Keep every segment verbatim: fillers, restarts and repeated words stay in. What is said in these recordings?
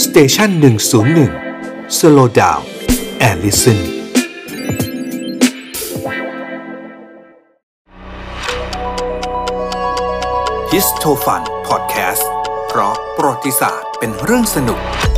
สเตชันหนึ่งศูนย์หนึ่ง Slow Down and Listenฮิสโทฟันพอดแคสต์เพราะประวัติศาสตร์เป็นเรื่องสนุก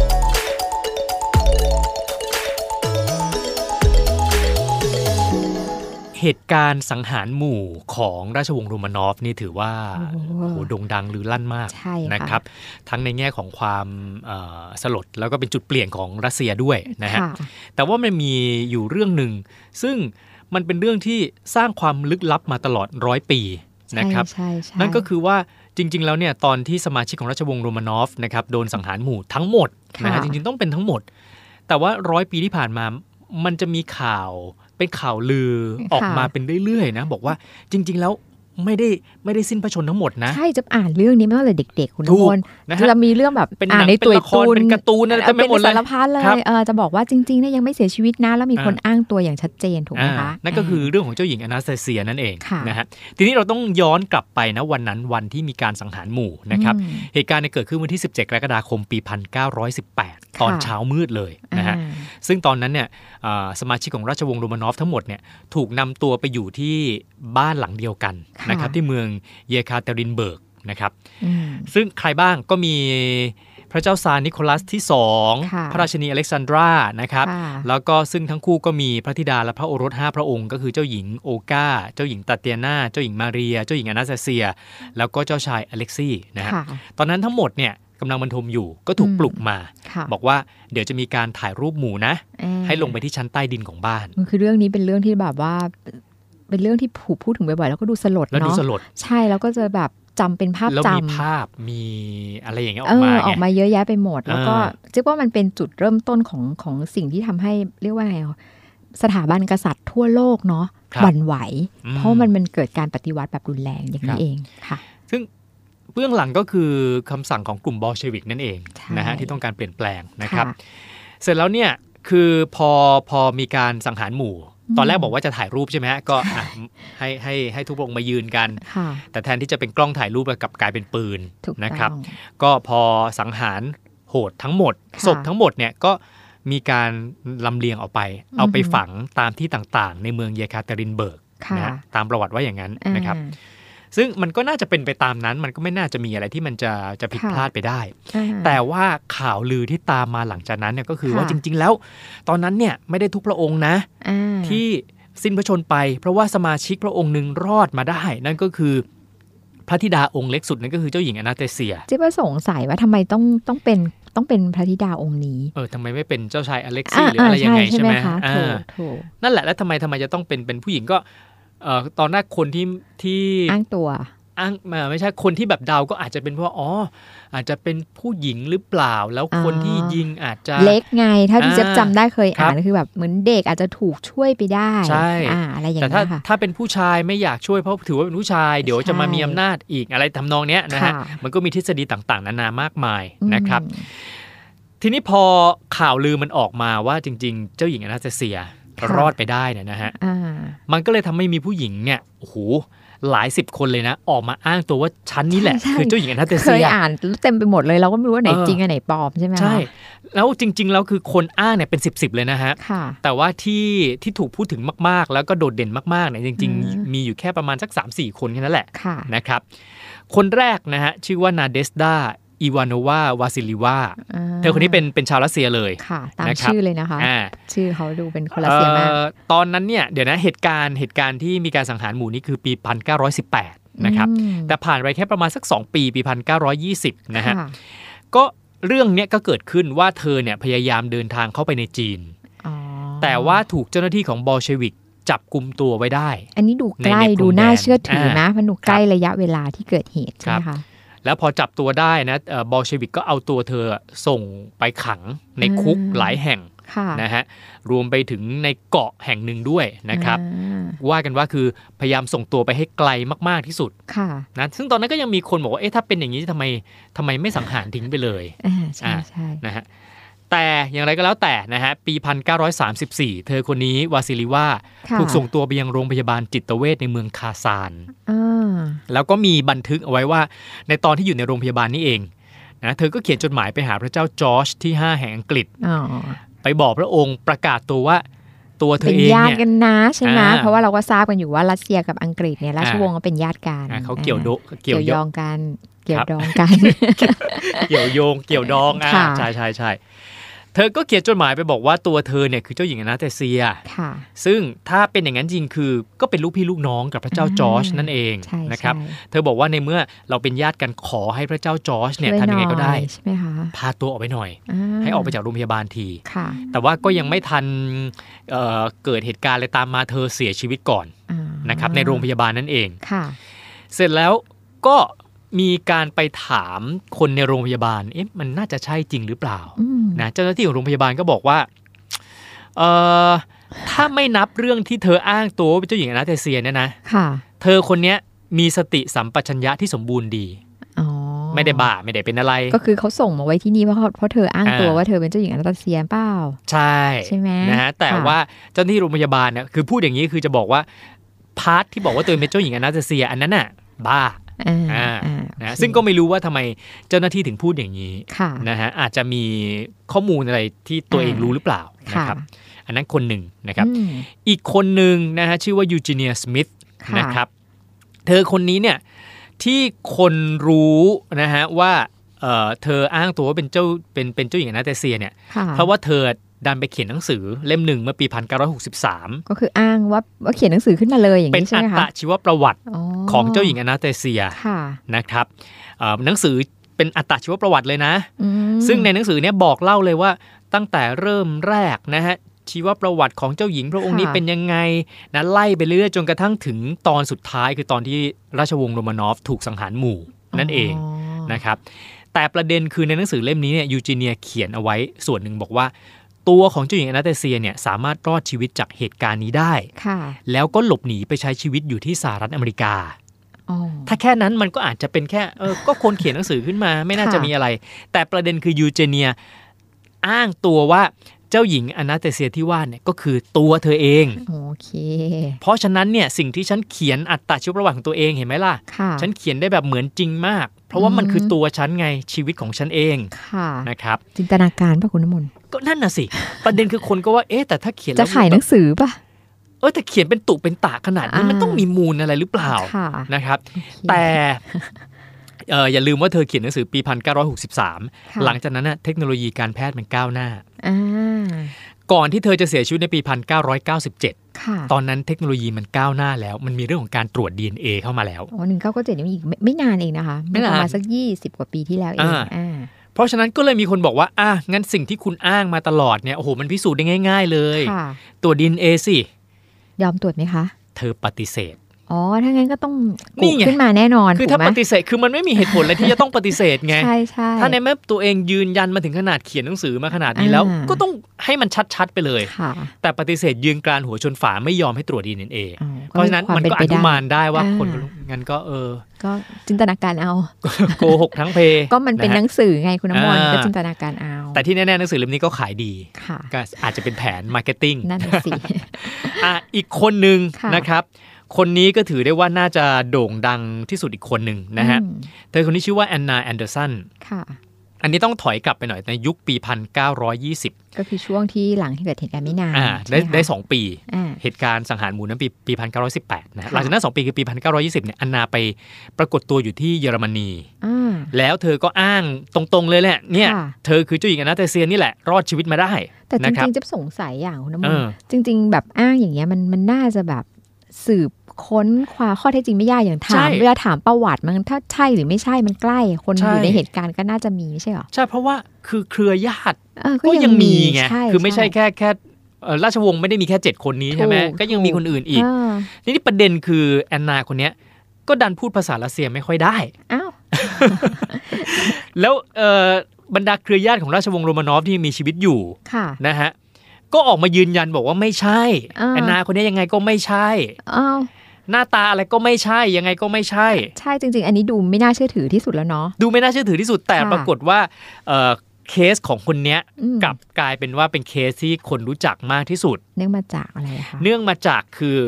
เหตุการณ์สังหารหมู่ของราชวงศ์โรมานอฟนี่ถือว่าโอ้โหโด่งดังหรือลั่นมากนะครับทั้งในแง่ของความสลดแล้วก็เป็นจุดเปลี่ยนของรัสเซียด้วยนะฮะแต่ว่ามันมีอยู่เรื่องหนึ่งซึ่งมันเป็นเรื่องที่สร้างความลึกลับมาตลอดร้อยปีนะครับนั่นก็คือว่าจริงๆแล้วเนี่ยตอนที่สมาชิกของราชวงศ์โรมานอฟนะครับโดนสังหารหมู่ทั้งหมดนะฮะจริงๆต้องเป็นทั้งหมดแต่ว่าร้อยปีที่ผ่านมามันจะมีข่าวเป็นข่าวลือออกมาเป็นเรื่อยๆนะบอกว่าจริงๆแล้วไม่ได้ไม่ได้สิ้นพระชนทั้งหมดนะใช่จะอ่านเรื่องนี้ไม่ว่าเลยเด็กๆคุณทุกคนจะมีเรื่องแบบอ่านในตัวตูนเป็นการ์ตูนอะไรเต็มไปหมดเลยเป็นสารพัดเลยเออจะบอกว่าจริงๆเนี่ยยังไม่เสียชีวิตนะแล้วมีคนอ้างตัวอย่างชัดเจนถูกไหมคะนั่นก็คือเรื่องของเจ้าหญิงอนาสตาเซียนั่นเองนะฮะทีนี้เราต้องย้อนกลับไปนะวันนั้นวันที่มีการสังหารหมู่นะครับเหตุการณ์เกิดขึ้นวันที่สิบเจ็ดกรกฎาคมปีหนึ่งพันเก้าร้อยสิบแปดตอนเช้ามืดเลยนะฮะซึ่งตอนนั้นเนี่ยสมาชิกของราชวงศ์โรมานอฟทั้งหมดเนี่ยถูกนำตัวไปอยู่ที่บ้านหลังเดียวกันนะครับที่เมืองเยคาเตรินเบิร์กนะครับซึ่งใครบ้างก็มีพระเจ้าซาร์นิโคลัสที่สองพระราชินีอเล็กซานดรานะครับแล้วก็ซึ่งทั้งคู่ก็มีพระธิดาและพระโอรสห้าพระองค์ก็คือเจ้าหญิงโอกาเจ้าหญิงตาเตียนาเจ้าหญิงมาเรียเจ้าหญิงอนาสตาเซียแล้วก็เจ้าชายอเล็กซี่นะฮะตอนนั้นทั้งหมดเนี่ยกำลังบรรทมอยู่ก็ถูกปลุกมาบอกว่าเดี๋ยวจะมีการถ่ายรูปหมู่นะให้ลงไปที่ชั้นใต้ดินของบ้านคือเรื่องนี้เป็นเรื่องที่แบบว่าเป็นเรื่องที่ผูกพูดถึงบ่อยๆแล้วก็ดูสลดเนาะแล้วดูสลดใช่แล้วก็จะแบบจำเป็นภาพจำแล้วมีภาพมีอะไรอย่างเงี้ยออกมาออกมาเยอะแยะไปหมดแล้วก็เจ๊ว่ามันเป็นจุดเริ่มต้นของของสิ่งที่ทำให้เรียกว่าไงสถาบันกษัตริย์ทั่วโลกเนาะหวั่นไหวเพราะมันมันเกิดการปฏิวัติแบบรุนแรงอย่างนี้เองค่ะซึ่งเบื้องหลังก็คือคำสั่งของกลุ่มบอลเชวิกนั่นเองนะฮะที่ต้องการเปลี่ยนแปลงนะครับเสร็จแล้วเนี่ยคือพอพอมีการสังหารหมู่ตอนแรกบอกว่าจะถ่ายรูปใช่ไหมฮะก็ให้ให้ให้ทุกองค์มายืนกันแต่แทนที่จะเป็นกล้องถ่ายรูปกลับกลายเป็นปืนนะครับก็พอสังหารโหดทั้งหมดศพทั้งหมดเนี่ยก็มีการลำเลียงออกไปเอาไปฝังตามที่ต่างๆในเมืองเยคาเตรินเบิร์กนะตามประวัติว่าอย่างนั้นนะครับซึ่งมันก็น่าจะเป็นไปตามนั้นมันก็ไม่น่าจะมีอะไรที่มันจะจะผิดพลาดไปได้แต่ว่าข่าวลือที่ตามมาหลังจากนั้นเนี่ยก็คือว่าจริงๆแล้วตอนนั้นเนี่ยไม่ได้ทุกพระองค์นะที่สิ้นพระชนไปเพราะว่าสมาชิกพระองค์หนึ่งรอดมาได้นั่นก็คือพระธิดาองค์เล็กสุดนั่นก็คือเจ้าหญิงอนาสตาเซียจิ๊บสงสัยว่าทำไมต้องต้องเป็นต้องเป็นพระธิดาองค์นี้เออทำไมไม่เป็นเจ้าชายอเล็กซี่หรืออะไรยังไงใช่ไหมนั่นแหละแล้วทำไมทำไมจะต้องเป็นเป็นผู้หญิงก็เอ่อตอนแรกคนที่ที่อ้างตัวอ้างมาไม่ใช่คนที่แบบเดาก็อาจจะเป็นเพราะอ๋ออาจจะเป็นผู้หญิงหรือเปล่าแล้วคนที่ยิงอาจจะเล็กไงถ้าที่จะจำได้เคยอ่านคือแบบเหมือนเด็กอาจจะถูกช่วยไปได้ใช่อะไรอย่างเงี้ยแต่ถ้าถ้าเป็นผู้ชายไม่อยากช่วยเพราะถือว่าเป็นผู้ชายเดี๋ยวจะมามีอำนาจอีกอะไรทำนองเนี้ยนะฮะมันก็มีทฤษฎีต่างๆนานามากมายนะครับทีนี้พอข่าวลือมันออกมาว่าจริงๆเจ้าหญิงอนาสตาเซียรอดไปได้เนี่ยนะฮะมันก็เลยทำให้มีผู้หญิงเนี่ยโอ้โหหลายสิบคนเลยนะออกมาอ้างตัวว่าฉันนี่แหละคือเจ้าหญิงอนาสตาเซียเคยอ่านเต็มไปหมดเลยเราก็ไม่รู้ว่าไหนจริงอันไหนปลอมใช่ไหมใช่แล้วจริงๆแล้วคือคนอ้างเนี่ยเป็นสิบสิบเลยนะฮะแต่ว่าที่ที่ถูกพูดถึงมากๆแล้วก็โดดเด่นมากๆเนี่ยจริงๆมีอยู่แค่ประมาณสัก สามสี่ คนแค่นั้นแหละนะครับคนแรกนะฮะชื่อว่านาเดสดาอีวานโนวาวาซิลิวาเธอคนนี้เป็นเป็นชาวรัสเซียเลยค่ะตามชื่อเลยนะคะชื่อเขาดูเป็นคนรัสเซียมากตอนนั้นเนี่ยเดี๋ยวนะเหตุการณ์เหตุการณ์ที่มีการสังหารหมู่นี้คือปีหนึ่งพันเก้าร้อยสิบแปดนะครับแต่ผ่านไปแค่ประมาณสักสองปีปีหนึ่งพันเก้าร้อยยี่สิบนะฮะก็เรื่องเนี้ยก็เกิดขึ้นว่าเธอเนี่ยพยายามเดินทางเข้าไปในจีนแต่ว่าถูกเจ้าหน้าที่ของบอลเชวิกจับกุมตัวไว้ได้อันนี้ดูใกล้ดูน่าเชื่อถือนะมันดูใกล้ระยะเวลาที่เกิดเหตุใช่ไหมคะแล้วพอจับตัวได้นะบอลเชวิกก็เอาตัวเธอส่งไปขังในคุกหลายแห่งนะฮะรวมไปถึงในเกาะแห่งหนึ่งด้วยนะครับว่ากันว่าคือพยายามส่งตัวไปให้ไกลมากๆที่สุดนะซึ่งตอนนั้นก็ยังมีคนบอกว่าเอ๊ะถ้าเป็นอย่างนี้ทำไมทำไมไม่สังหารทิ้งไปเลยใช่ใช่นะฮะแต่อย่างไรก็แล้วแต่นะฮะปีหนึ่งพันเก้าร้อยสามสิบสี่เธอคนนี้วาซิลิวาถูกส่งตัวไปยังโรงพยาบาลจิตเวชในเมืองคาซานแล้วก็มีบันทึกเอาไว้ว่าในตอนที่อยู่ในโรงพยาบาลนี่เองนะเธอก็เขียนจดหมายไปหาพระเจ้าจอร์จที่ห้าแห่งอังกฤษอ๋อไปบอกพระองค์ประกาศตัวว่าตัวเธอเป็นเองญาเนี่ติยกันนะใช่ไหมอ่าเพราะว่าเราก็ทราบกันอยู่ว่ารัสเซียกับอังกฤษเนี่ยราชวงศ์ก็เป็นญาติกันอ่าเขาเกี่ยวโดอ่าเกี่ยวเกี่ยวยโยอง งกันเกี่ยวดองกันเกี่ยวโยงเกี่ยวดองอ่าค่ะใช่ใช่ใช่เธอก็เขียนจดหมายไปบอกว่าตัวเธอเนี่ยคือเจ้าหญิงอนาเตเซียค่ะซึ่งถ้าเป็นอย่างนั้นจริงคือก็เป็นลูกพี่ลูกน้องกับพระเจ้าจอร์จนั่นเองใช่นะครับใช่เธอบอกว่าในเมื่อเราเป็นญาติกันขอให้พระเจ้าจอร์จเนี่ยช่วทำยังไงก็ได้หน่อยใช่ไหมคะพาตัวออกไปหน่อยาให้ออกไปจากโรงพยาบาลทีค่ะแต่ว่าก็ยังไม่ทันเอ่อเกิดเหตุการณ์อะไรตามมาเธอเสียชีวิตก่อนอ่านะครับในโรงพยาบาลนั่นเองค่ะเสร็จแล้วก็มีการไปถามคนในโรงพยาบาลเอ๊ะมันน่าจะใช่จริงหรือเปล่าอืมนะเจ้าหน้าที่ของโรงพยาบาลก็บอกว่าเอ่อถ้าไม่นับเรื่องที่เธออ้างตัวว่าเป็นเจ้าหญิงอนาเตเซียเนี่ยนะค่ะเธอคนเนี้ยมีสติสัมปชัญญะที่สมบูรณ์ดีอ๋อไม่ได้บ้าไม่ได้เป็นอะไรก็คือเขาส่งมาไว้ที่นี่เพราะเขาเพราะเธออ้างตัวอ่าว่าเธอเป็นเจ้าหญิงอนาตาเซียเปล่าใช่ใช่ไหมนะฮะแต่ค่ะว่าเจ้าหน้าที่โรงพยาบาลเนี่ยคือพูดอย่างนี้คือจะบอกว่าพาร์ทที่บอกว่าตัวเองเป็นเจ้าหญิงอนาเตเซียอันนั้นน่ะบ้าอ่าอ่าอ่านะโอเคซึ่งก็ไม่รู้ว่าทำไมเจ้าหน้าที่ถึงพูดอย่างนี้ค่ะนะฮะอาจจะมีข้อมูลอะไรที่ตัวเองอ่ารู้หรือเปล่านะค่ะครับอันนั้นคนหนึ่งนะครับอืมอีกคนหนึ่งนะฮะชื่อว่ายูจีเนียสมิธค่ะนะครับเธอคนนี้เนี่ยที่คนรู้นะฮะว่าเอ่อเธออ้างตัวว่าเป็นเจ้าเป็นเป็นเจ้าหญิงอนาเตเซียเนี่ยค่ะเพราะว่าเธอดันไปเขียนหนังสือเล่มหนึ่งเมื่อปีหนึ่งพันเก้าร้อยหกสิบสามก็คืออ้างว่าว่าเขียนหนังสือขึ้นมาเลยอย่างเป็นนี้ใช่อัไหมตคะชีวประวัติอ๋อของเจ้าหญิงอนาเตเซียค่ะนะครับเอ่อหนังสือเป็นอัตชีวประวัติเลยนะอืมซึ่งในหนังสือเนี่ยบอกเล่าเลยว่าตั้งแต่เริ่มแรกนะฮะชีวประวัติของเจ้าหญิงพระองค์นี้เป็นยังไงนะไล่ไปเรื่อยจนกระทั่งถึงตอนสุดท้ายคือตอนที่ราชวงศ์โรมานอฟถูกสังหารหมู่นั่นเองนะครับแต่ประเด็นคือในหนังสือเล่มนี้เนี่ยยูจีเนียเขียนเอาไว้ส่วนหนึ่งบอกว่าตัวของเจ้าหญิงอนาเตเซียเนี่ยสามารถรอดชีวิตจากเหตุการณ์นี้ได้ค่ะแล้วก็หลบหนีไปใช้ชีวิตอยู่ที่สหรัฐอเมริกาอ๋อถ้าแค่นั้นมันก็อาจจะเป็นแค่เออก็คนเขียนหนังสือขึ้นมาไม่น่าจะค่ะมีอะไร แต่ประเด็นคือยูเจเนียอ้างตัวว่าเจ้าหญิงอนาเตเซียที่ว่าเนี่ยก็คือตัวเธอเองโอเคเพราะฉะนั้นเนี่ยสิ่งที่ฉันเขียนอัตชีวประวัติของตัวเองเห็นไหมล่ะค่ะฉันเขียนได้แบบเหมือนจริงมาก เพราะว่ามันอืมคือตัวฉันไงชีวิตของฉันเองค่ะนะครับจินตนาการป่ะคุณน้ำมนต์ก็นั่นน่ะสิประเด็นคือคนก็ว่าเอ๊ะแต่ถ้าเขียนจะแล้วขายหนังสือป่ะเออแต่เขียนเป็นตุเป็นตาขนาดนี้อ่ามัมันต้องมีมูลอะไรหรือเปล่าค่ะนะครับโอเคแต่เอ่ออย่าลืมว่าเธอเขียนหนังสือปีหนึ่งพันเก้าร้อยหกสิบสามค่ะหลังจากนั้นน่ะเทคโนโลยีการแพทย์มันก้าวหน้าอ่าก่อนที่เธอจะเสียชีวิตในปีหนึ่งพันเก้าร้อยเก้าสิบเจ็ดค่ะตอนนั้นเทคโนโลยีมันก้าวหน้าแล้วมันมีเรื่องของการตรวจ ดี เอ็น เอ เข้ามาแล้วอ๋อหนึ่งเก้าเก้าเจ็ดนี่มันอีกไม่ไม่นานเองนะคะไม่นานประมาณสักยี่สิบกว่าปีที่แล้วเองอ่าอ่าเพราะฉะนั้นก็เลยมีคนบอกว่าอ่ะงั้นสิ่งที่คุณอ้างมาตลอดเนี่ยโอ้โหมันพิสูจน์ได้ง่าย ๆ เลยค่ะตรวจ ดี เอ็น เอ สิยอมตรวจไหมคะเธอปฏิเสธอ๋อ ถ้างั้นก็ต้องนี่กุไงขึ้นมาแน่นอนคือถูถ้ากไหมปฏิเสธคือมันไม่มีเหตุผลอะไรที่จะต้องปฏิเสธไงใช่ใช่ถ้าในเมื่อตัวเองยืนยันมาถึงขนาดเขียนหนังสือมาขนาดนี้แล้วอ่าก็ต้องให้มันชัดๆไปเลยค่ะแต่ปฏิเสธยืนกรานหัวชนฝาไม่ยอมให้ตรวจ ดี เอ็น เออ๋อเพราะฉะนั้นควมันก็เป็อไปนุได้มานได้ว่าอ่าคนก็งั้นก็เออก็จินตนาการเอาโกหกทั้งเพก็มันเป็นหนังสือไงคุณน้ำมนต์อ่าก็จินตนาการเอาแต่ที่แน่ๆหนังสือเล่มนี้ก็ขายดีค่ะก็อาจจะเป็นแผนมาร์เก็ตติ้งนั่นน่ะสิอ่ะอีกคนหนึ่งค่ะนะครับ คนนี้ก็ถือได้ว่าน่าจะโด่งดังที่สุดอีกคนหนึ่งนะฮะอืมเธอคนนี้ชื่อว่าแอนนาแอนเดอร์สันค่ะอันนี้ต้องถอยกลับไปหน่อยในยุคปีหนึ่งพันเก้าร้อยยี่สิบก็คือช่วงที่หลังที่เกิดเหตุการณ์ไม่นานอ่าใช่ได้หมคะได้สองปีอ่าเหตุการณ์สังหารหมู่นั้นปีปีหนึ่งพันเก้าร้อยสิบแปดนะค่ะหลังจากนั้นสองปีคือปีหนึ่งพันเก้าร้อยยี่สิบเนี่ยอันนาไปปรากฏตัวอยู่ที่เยอรมนีอ่าแล้วเธอก็อ้างตรงๆเลยแหละเนี่ยค่ะเธอคือเจ้าหญิงอนาเตเซียนี่แหละรอดชีวิตมาได้แต่จนะครัริบงๆจะสงสัยอย่างคุณน้ำมเอน อต์จริง ๆ แบบอ้างอย่างเงี้ยมันมันน่าจะแบบสืบค้นคว้าข้อเท็จจริงไม่ยากอย่างถามเวลาถามประวัติมันถ้าใช่หรือไม่ใช่มันใกล้คนอยู่ในเหตุการณ์ก็น่าจะมีไม่ใช่หรอใช่เพราะว่าคือเครือญาติเออก็ยังมีไงใช่คือไม่ใช่ใช่แค่แค่เอ่อราชวงศ์ไม่ได้มีแค่เจ็ดคนนี้ใช่ไหมถูกก็ยังมีคนอื่นอีกเออนี่นี่ประเด็นคือแอนนาคนเนี้ยก็ดันพูดภาษารัสเซียไม่ค่อยได้อ้าวแล้วเอ่อบรรดาเครือญาติของราชวงศ์โรมานอฟที่มีชีวิตอยู่ค่ะนะฮะก็ออกมายืนยันบอกว่าไม่ใช่อ่าแอนนาคนนี้ยังไงก็ไม่ใช่อ้าวหน้าตาอะไรก็ไม่ใช่ยังไงก็ไม่ใช่ใช่จริง ๆ อันนี้ดูไม่น่าเชื่อถือที่สุดแล้วเนาะดูไม่น่าเชื่อถือที่สุดแต่ค่ะปรากฏว่าเอ่อเคสของคนเนี้ยอืมกลับกลายเป็นว่าเป็นเคสที่คนรู้จักมากที่สุดเนื่องมาจากอะไรอะคะเนื่องมาจากคือ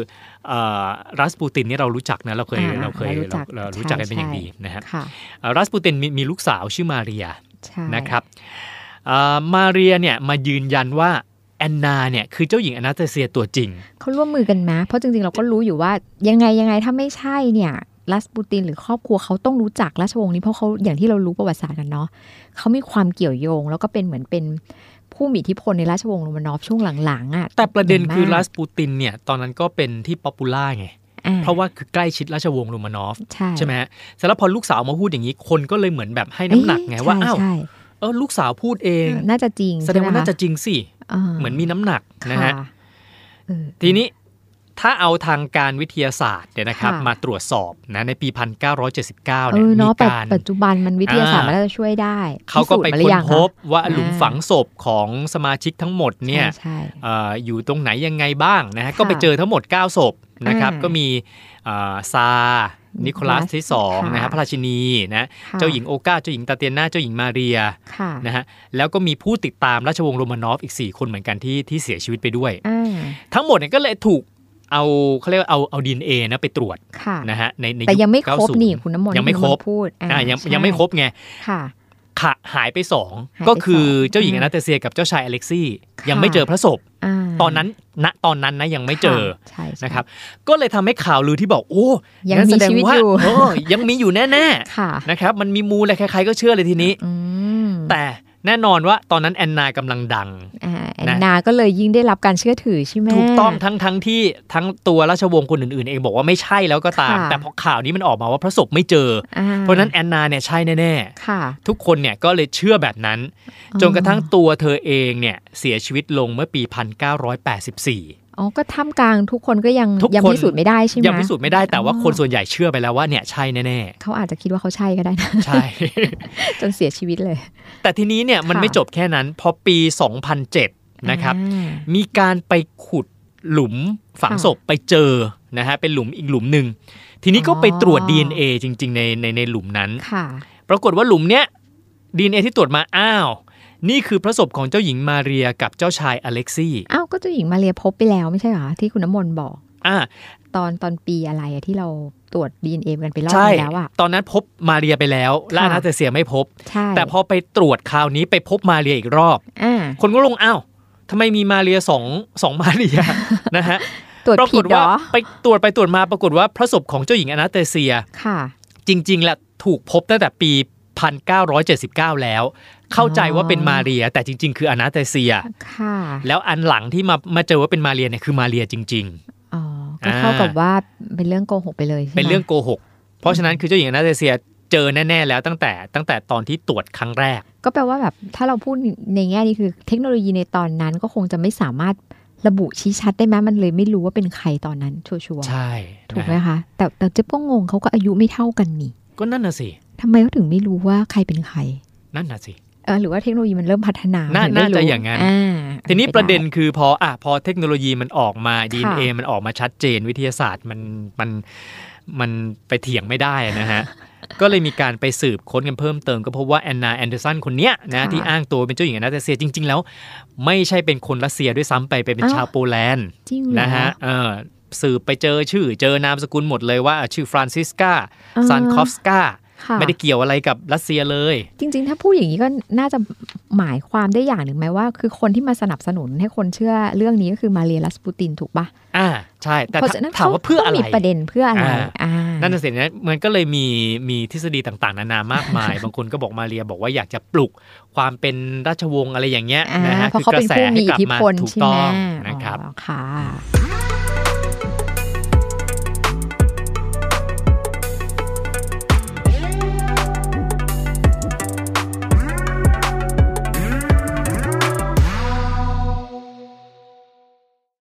รัสปูตินนี่เรารู้จักนะเราเคยเราเคยเรารู้จักกันเป็นอย่างดีนะฮะรัสปูตินมีลูกสาวชื่อมาเรียนะครับมาเรียเนี่ยมายืนยันว่าแอนนาเนี่ยคือเจ้าหญิงอนาสตาเซียตัวจริงเขาร่วมมือกันไหมเพราะจริงๆเราก็รู้อยู่ว่ายังไงยังไงถ้าไม่ใช่เนี่ยรัสปูตินหรือครอบครัวเขาต้องรู้จักราชวงศ์นี้เพราะเขาอย่างที่เรารู้ประวัติศาสตร์กันเนาะเขามีความเกี่ยวโยงแล้วก็เป็นเหมือนเป็นผู้มีอิทธิพลในราชวงศ์โรมานอฟช่วงหลังๆอ่ะแต่ประเด็นคือรัสปูตินเนี่ยตอนนั้นก็เป็นที่ป๊อปปูล่าไงเพราะว่าคือใกล้ชิดราชวงศ์โรมานอฟใช่ไหมเสร็จแล้วพอลูกสาวมาพูดอย่างนี้คนก็เลยเหมือนแบบให้น้ำหนักไงว่าอ้าวเออลูกสาวพูดเองน่าจะจริงแสดงว่าน่าจะจริงสิเหมือนมีน้ำหนักนะฮะทีนี้ถ้าเอาทางการวิทยาศาสตร์เนี่ยนะครับมาตรวจสอบนะในปีหนึ่งพันเก้าร้อยเจ็ดสิบเก้าเนี่ยมีการปัจจุบันมันวิทยาศาสตร์มันจะช่วยได้เขาก็ไปค้นพบว่าหลุมฝังศพของสมาชิกทั้งหมดเนี่ยอยู่ตรงไหนยังไงบ้างนะฮะก็ไปเจอทั้งหมดเก้าศพนะครับก็มีซานิโคลัสที่สองนะฮะพระราชินีนะเจ้าหญิงโอกาเจ้าหญิงตาเตียนาเจ้าหญิงมาเรียนะฮะแล้วก็มีผู้ติดตามราชวงศ์โรมานอฟอีกสี่คนเหมือนกันที่ที่เสียชีวิตไปด้วยทั้งหมดเนี่ยก็เลยถูกเอาเขาเรียกว่าเอาเอา ดี เอ็น เอ นะไปตรวจนะฮะในในแต่ยังไม่ครบนี่คุณน้ำมนต์ยังไม่ครบพูดอ่ายังยังไม่ครบไงค่ะค่ะหายไปสองก็คือเจ้าหญิงอนาสตาเซียกับเจ้าชายอเล็กซี่ยังไม่เจอพระศพตอนนั้นณตอนนั้นนะยังไม่เจอนะครับก็เลยทำให้ข่าวลือที่บอกโอ้ยังมีชีวิตอยู่ยังมีอยู่แน่ๆนะครับมันมีมูลอะไรใครๆก็เชื่อเลยทีนี้แต่แน่นอนว่าตอนนั้นแอนนากำลังดังแอนนาก็เลยยิ่งได้รับการเชื่อถือใช่ไหมถูกต้องทั้งทั้งที่ทั้งตัวราชวงศ์คนอื่นๆเองบอกว่าไม่ใช่แล้วก็ตามแต่พอข่าวนี้มันออกมาว่าพระศพไม่เจอเพราะนั้นแอนนาเนี่ยใช่แน่ๆทุกคนเนี่ยก็เลยเชื่อแบบนั้นจนกระทั่งตัวเธอเองเนี่ยเสียชีวิตลงเมื่อปีหนึ่งพันเก้าร้อยแปดสิบสี่อ๋อก็ท่ามกลางทุกคนก็ยังยังพิสูจน์ไม่ได้ใช่ไหมยังพิสูจน์ไม่ได้แต่ว่าคนส่วนใหญ่เชื่อไปแล้วว่าเนี่ยใช่แน่ๆเขาอาจจะคิดว่าเขาใช่ก็ได้นะใช่จนเสียชีวิตเลยแต่ทีนี้เนี่ยมันไม่จบแค่นั้นพอปีสองพันเจ็ดนะครับมีการไปขุดหลุมฝังศพไปเจอนะฮะเป็นหลุมอีกหลุมนึงทีนี้ก็ไปตรวจ ดี เอ็น เอ จริงๆในในในหลุมนั้นปรากฏว่าหลุมเนี้ย ดี เอ็น เอ ที่ตรวจมาอ้าวนี่คือพระศพของเจ้าหญิงมาเรียกับเจ้าชายอเล็กซี่อ้าวก็เจ้าหญิงมาเรียพบไปแล้วไม่ใช่เหรอที่คุณน้ำมนต์บอกอ่าตอนตอนปีอะไรอะที่เราตรวจ ดี เอ็น เอ กันไปรอบนึงแล้วอะตอนนั้นพบมาเรียไปแล้วและอนาสตาเซียไม่พบแต่พอไปตรวจคราวนี้ไปพบมาเรียอีกรอบคนก็ลงอ้าวทำไมมีมาเรียสองสองมาเรียนะฮะปรากฏว่าไปตรวจไปตรวจมาปรากฏว่าพระศพของเจ้าหญิงอนาสตาเซียจริงๆแล้วถูกพบตั้งแต่ปีหนึ่งพันเก้าร้อยเจ็ดสิบเก้าแล้วเข้าใจว่าเป็นมาเรียแต่จริงๆคืออนาสตาเซียแล้วอันหลังที่มามาเจอว่าเป็นมาเรียเนี่ยคือมาเรียจริงๆอ๋อก็เท่ากับว่าเป็นเรื่องโกหกไปเลยใช่ไหมเป็นเรื่องโกหกเพราะฉะนั้นคือเจ้าหญิงอนาสตาเซียเจอแน่ๆแล้วตั้งแต่ตั้งแต่ตอนที่ตรวจครั้งแรกก็แปลว่าแบบถ้าเราพูดในแง่นี้คือเทคโนโลยีในตอนนั้นก็คงจะไม่สามารถระบุชี้ชัดได้ไหมมันเลยไม่รู้ว่าเป็นใครตอนนั้นชัวร์ๆใช่ถูกไหมคะแต่แต่เจ๊ป้องงงเขาก็อายุไม่เท่ากันนี่ก็นั่นน่ะสิทำไมเขาถึงไม่รู้ว่าใครเป็นใครนั่นน่ะสิเออหรือว่าเทคโนโลยีมันเริ่มพัฒนาน่าจะอย่างนั้นทีนี้ประเด็นคือพออ่ะพอเทคโนโลยีมันออกมา ดี เอ็น เอ มันออกมาชัดเจนวิทยาศาสตร์มันมันมันไปเถียงไม่ได้นะฮะก็เลยมีการไปสืบค้นกันเพิ่มเติมก็พบว่าแอนนาแอนเดอร์สันคนเนี้ยนะที่อ้างตัวเป็นเจ้าหญิงอนาสตาเซียจริงๆแล้วไม่ใช่เป็นคนรัสเซียด้วยซ้ำไปเป็นชาวโปแลนด์นะฮะเออสืบไปเจอชื่อเจอนามสกุลหมดเลยว่าชื่อฟรานซิสกาซานคอฟสกาไม่ได้เกี่ยวอะไรกับรัสเซียเลยจริงๆถ้าพูดอย่างนี้ก็น่าจะหมายความได้อย่างหนึ่งไหมว่าคือคนที่มาสนับสนุนให้คนเชื่อเรื่องนี้ก็คือมาเรียรัสปูตินถูกปะอ่าใช่แต่ถามว่าเพื่ออะไรมีประเด็นเพื่ออะไรนั่นน่ะสินะมันก็เลยมีมีทฤษฎีต่างๆนานามากมาย บางคนก็บอกมาเรียบอกว่าอยากจะปลุกความเป็นราชวงศ์อะไรอย่างเงี้ยนะฮะคือกระแสให้กลับมาถูกต้องนะครับค่ะ